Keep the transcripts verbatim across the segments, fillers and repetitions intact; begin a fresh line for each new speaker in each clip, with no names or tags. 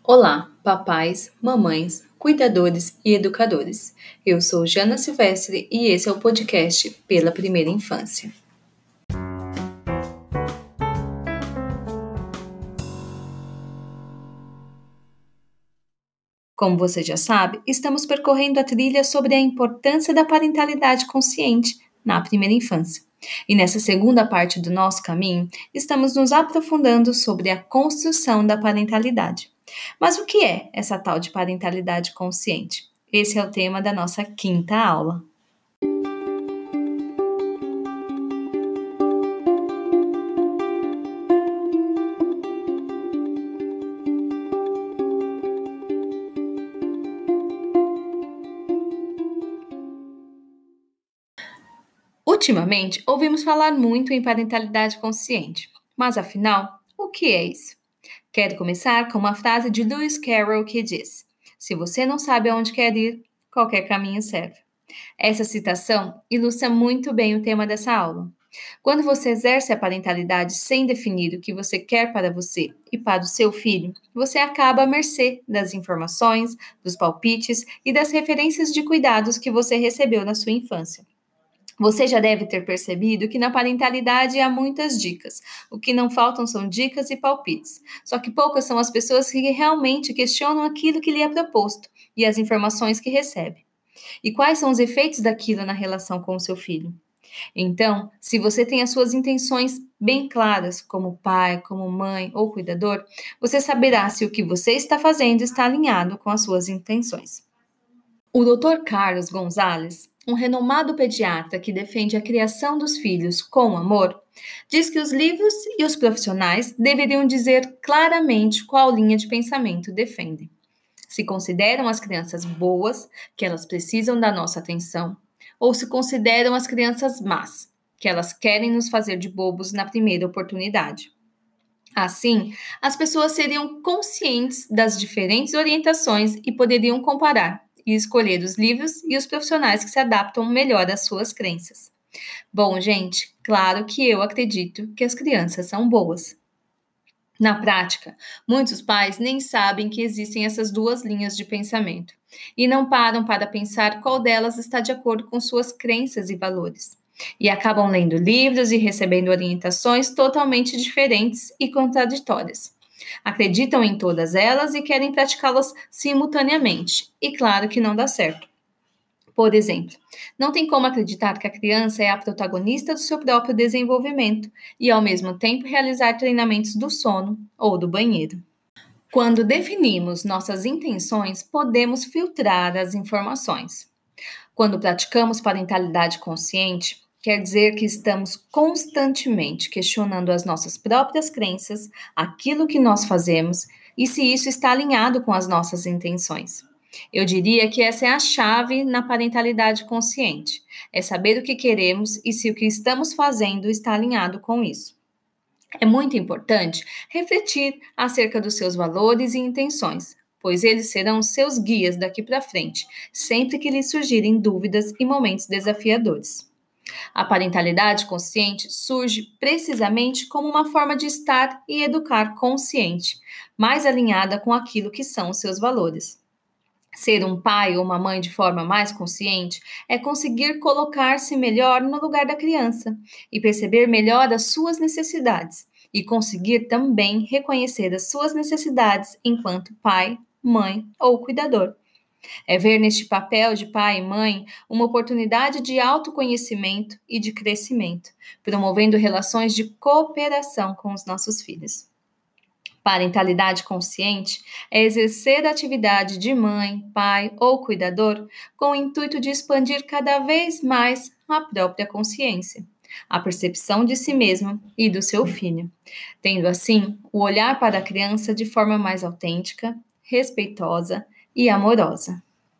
Olá, papais, mamães, cuidadores e educadores. Eu sou Jana Silvestre e esse é o podcast Pela Primeira Infância. Como você já sabe, estamos percorrendo a trilha sobre a importância da parentalidade consciente na primeira infância. E nessa segunda parte do nosso caminho, estamos nos aprofundando sobre a construção da parentalidade. Mas o que é essa tal de parentalidade consciente? Esse é o tema da nossa quinta aula. Ultimamente, ouvimos falar muito em parentalidade consciente, mas afinal, o que é isso? Quero começar com uma frase de Lewis Carroll que diz: "Se você não sabe aonde quer ir, qualquer caminho serve." Essa citação ilustra muito bem o tema dessa aula. Quando você exerce a parentalidade sem definir o que você quer para você e para o seu filho, você acaba à mercê das informações, dos palpites e das referências de cuidados que você recebeu na sua infância. Você já deve ter percebido que na parentalidade há muitas dicas. O que não faltam são dicas e palpites. Só que poucas são as pessoas que realmente questionam aquilo que lhe é proposto e as informações que recebe. E quais são os efeitos daquilo na relação com o seu filho? Então, se você tem as suas intenções bem claras, como pai, como mãe ou cuidador, você saberá se o que você está fazendo está alinhado com as suas intenções. O doutor Carlos Gonzalez, um renomado pediatra que defende a criação dos filhos com amor, diz que os livros e os profissionais deveriam dizer claramente qual linha de pensamento defendem. Se consideram as crianças boas, que elas precisam da nossa atenção, ou se consideram as crianças más, que elas querem nos fazer de bobos na primeira oportunidade. Assim, as pessoas seriam conscientes das diferentes orientações e poderiam comparar e escolher os livros e os profissionais que se adaptam melhor às suas crenças. Bom, gente, claro que eu acredito que as crianças são boas. Na prática, muitos pais nem sabem que existem essas duas linhas de pensamento e não param para pensar qual delas está de acordo com suas crenças e valores. E acabam lendo livros e recebendo orientações totalmente diferentes e contraditórias. Acreditam em todas elas e querem praticá-las simultaneamente, e claro que não dá certo. Por exemplo, não tem como acreditar que a criança é a protagonista do seu próprio desenvolvimento e, ao mesmo tempo, realizar treinamentos do sono ou do banheiro. Quando definimos nossas intenções, podemos filtrar as informações. Quando praticamos parentalidade consciente, quer dizer que estamos constantemente questionando as nossas próprias crenças, aquilo que nós fazemos e se isso está alinhado com as nossas intenções. Eu diria que essa é a chave na parentalidade consciente, é saber o que queremos e se o que estamos fazendo está alinhado com isso. É muito importante refletir acerca dos seus valores e intenções, pois eles serão seus guias daqui para frente, sempre que lhe surgirem dúvidas e momentos desafiadores. A parentalidade consciente surge precisamente como uma forma de estar e educar consciente, mais alinhada com aquilo que são os seus valores. Ser um pai ou uma mãe de forma mais consciente é conseguir colocar-se melhor no lugar da criança e perceber melhor as suas necessidades e conseguir também reconhecer as suas necessidades enquanto pai, mãe ou cuidador. É ver neste papel de pai e mãe uma oportunidade de autoconhecimento e de crescimento, promovendo relações de cooperação com os nossos filhos. Parentalidade consciente é exercer a atividade de mãe, pai ou cuidador com o intuito de expandir cada vez mais a própria consciência, a percepção de si mesmo e do seu filho, tendo assim o olhar para a criança de forma mais autêntica, respeitosa e amorosa.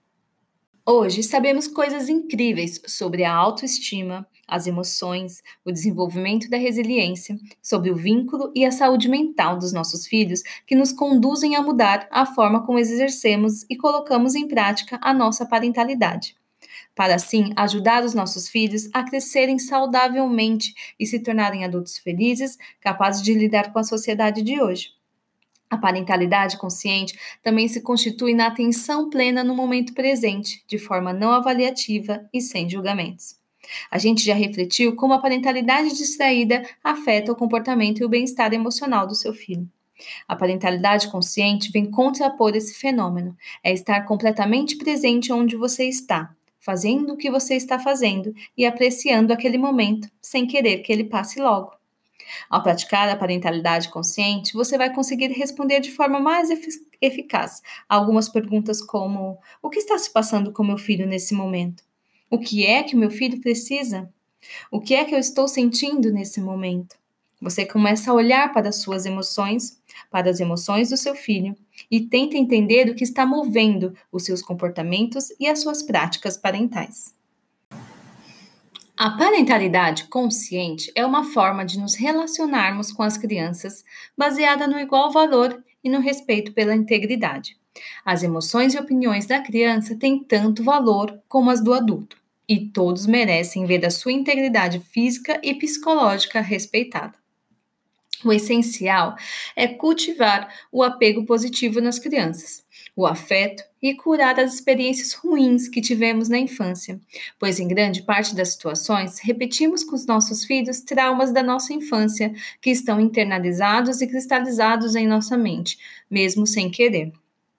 Hoje sabemos coisas incríveis sobre a autoestima, as emoções, o desenvolvimento da resiliência, sobre o vínculo e a saúde mental dos nossos filhos que nos conduzem a mudar a forma como exercemos e colocamos em prática a nossa parentalidade, para assim ajudar os nossos filhos a crescerem saudavelmente e se tornarem adultos felizes, capazes de lidar com a sociedade de hoje. A parentalidade consciente também se constitui na atenção plena no momento presente, de forma não avaliativa e sem julgamentos. A gente já refletiu como a parentalidade distraída afeta o comportamento e o bem-estar emocional do seu filho. A parentalidade consciente vem contrapor esse fenômeno, é estar completamente presente onde você está, fazendo o que você está fazendo e apreciando aquele momento, sem querer que ele passe logo. Ao praticar a parentalidade consciente, você vai conseguir responder de forma mais efic- eficaz a algumas perguntas como: o que está se passando com meu filho nesse momento? O que é que o meu filho precisa? O que é que eu estou sentindo nesse momento? Você começa a olhar para as suas emoções, para as emoções do seu filho e tenta entender o que está movendo os seus comportamentos e as suas práticas parentais. A parentalidade consciente é uma forma de nos relacionarmos com as crianças baseada no igual valor e no respeito pela integridade. As emoções e opiniões da criança têm tanto valor como as do adulto, e todos merecem ver a sua integridade física e psicológica respeitada. O essencial é cultivar o apego positivo nas crianças, o afeto e curar as experiências ruins que tivemos na infância, pois em grande parte das situações repetimos com os nossos filhos traumas da nossa infância que estão internalizados e cristalizados em nossa mente, mesmo sem querer.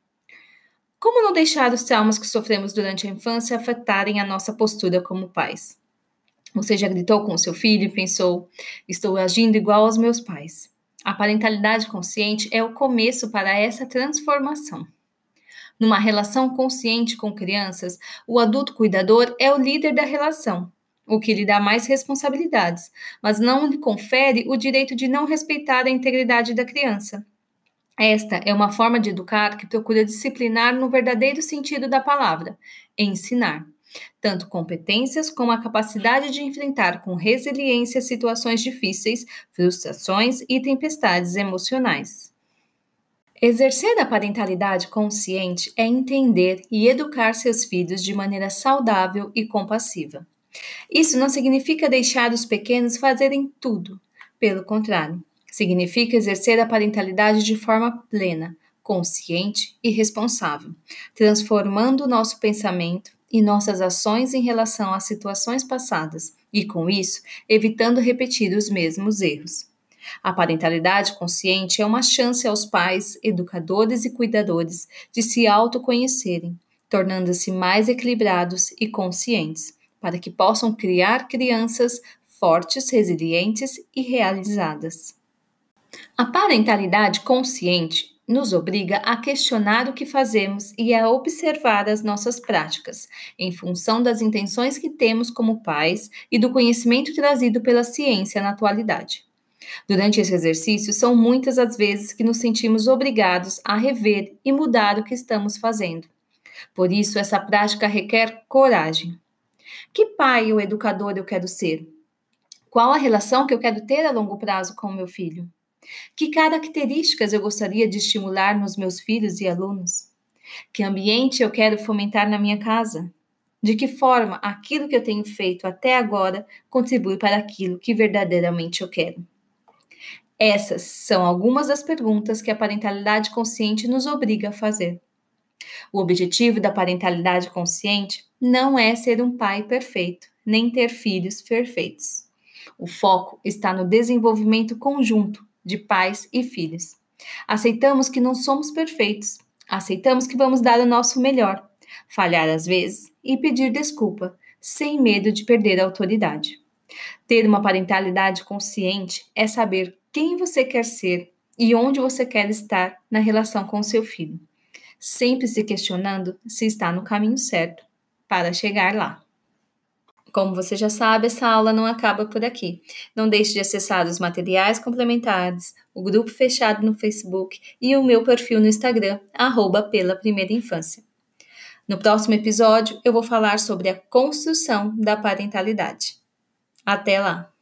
Como não deixar os traumas que sofremos durante a infância afetarem a nossa postura como pais? Você já gritou com o seu filho e pensou: estou agindo igual aos meus pais? A parentalidade consciente é o começo para essa transformação. Numa relação consciente com crianças, o adulto cuidador é o líder da relação, o que lhe dá mais responsabilidades, mas não lhe confere o direito de não respeitar a integridade da criança. Esta é uma forma de educar que procura disciplinar no verdadeiro sentido da palavra, ensinar tanto competências como a capacidade de enfrentar com resiliência situações difíceis, frustrações e tempestades emocionais. Exercer a parentalidade consciente é entender e educar seus filhos de maneira saudável e compassiva. Isso não significa deixar os pequenos fazerem tudo. Pelo contrário, significa exercer a parentalidade de forma plena, consciente e responsável, transformando o nosso pensamento e nossas ações em relação às situações passadas e, com isso, evitando repetir os mesmos erros. A parentalidade consciente é uma chance aos pais, educadores e cuidadores de se autoconhecerem, tornando-se mais equilibrados e conscientes, para que possam criar crianças fortes, resilientes e realizadas. A parentalidade consciente nos obriga a questionar o que fazemos e a observar as nossas práticas, em função das intenções que temos como pais e do conhecimento trazido pela ciência na atualidade. Durante esse exercício, são muitas as vezes que nos sentimos obrigados a rever e mudar o que estamos fazendo. Por isso, essa prática requer coragem. Que pai ou educador eu quero ser? Qual a relação que eu quero ter a longo prazo com o meu filho? Que características eu gostaria de estimular nos meus filhos e alunos? Que ambiente eu quero fomentar na minha casa? De que forma aquilo que eu tenho feito até agora contribui para aquilo que verdadeiramente eu quero? Essas são algumas das perguntas que a parentalidade consciente nos obriga a fazer. O objetivo da parentalidade consciente não é ser um pai perfeito, nem ter filhos perfeitos. O foco está no desenvolvimento conjunto de pais e filhos. Aceitamos que não somos perfeitos, aceitamos que vamos dar o nosso melhor, falhar às vezes e pedir desculpa, sem medo de perder a autoridade. Ter uma parentalidade consciente é saber quem você quer ser e onde você quer estar na relação com seu filho, sempre se questionando se está no caminho certo para chegar lá. Como você já sabe, essa aula não acaba por aqui. Não deixe de acessar os materiais complementares, o grupo fechado no Facebook e o meu perfil no Instagram, arroba pela primeira infância. No próximo episódio, eu vou falar sobre a construção da parentalidade. Até lá!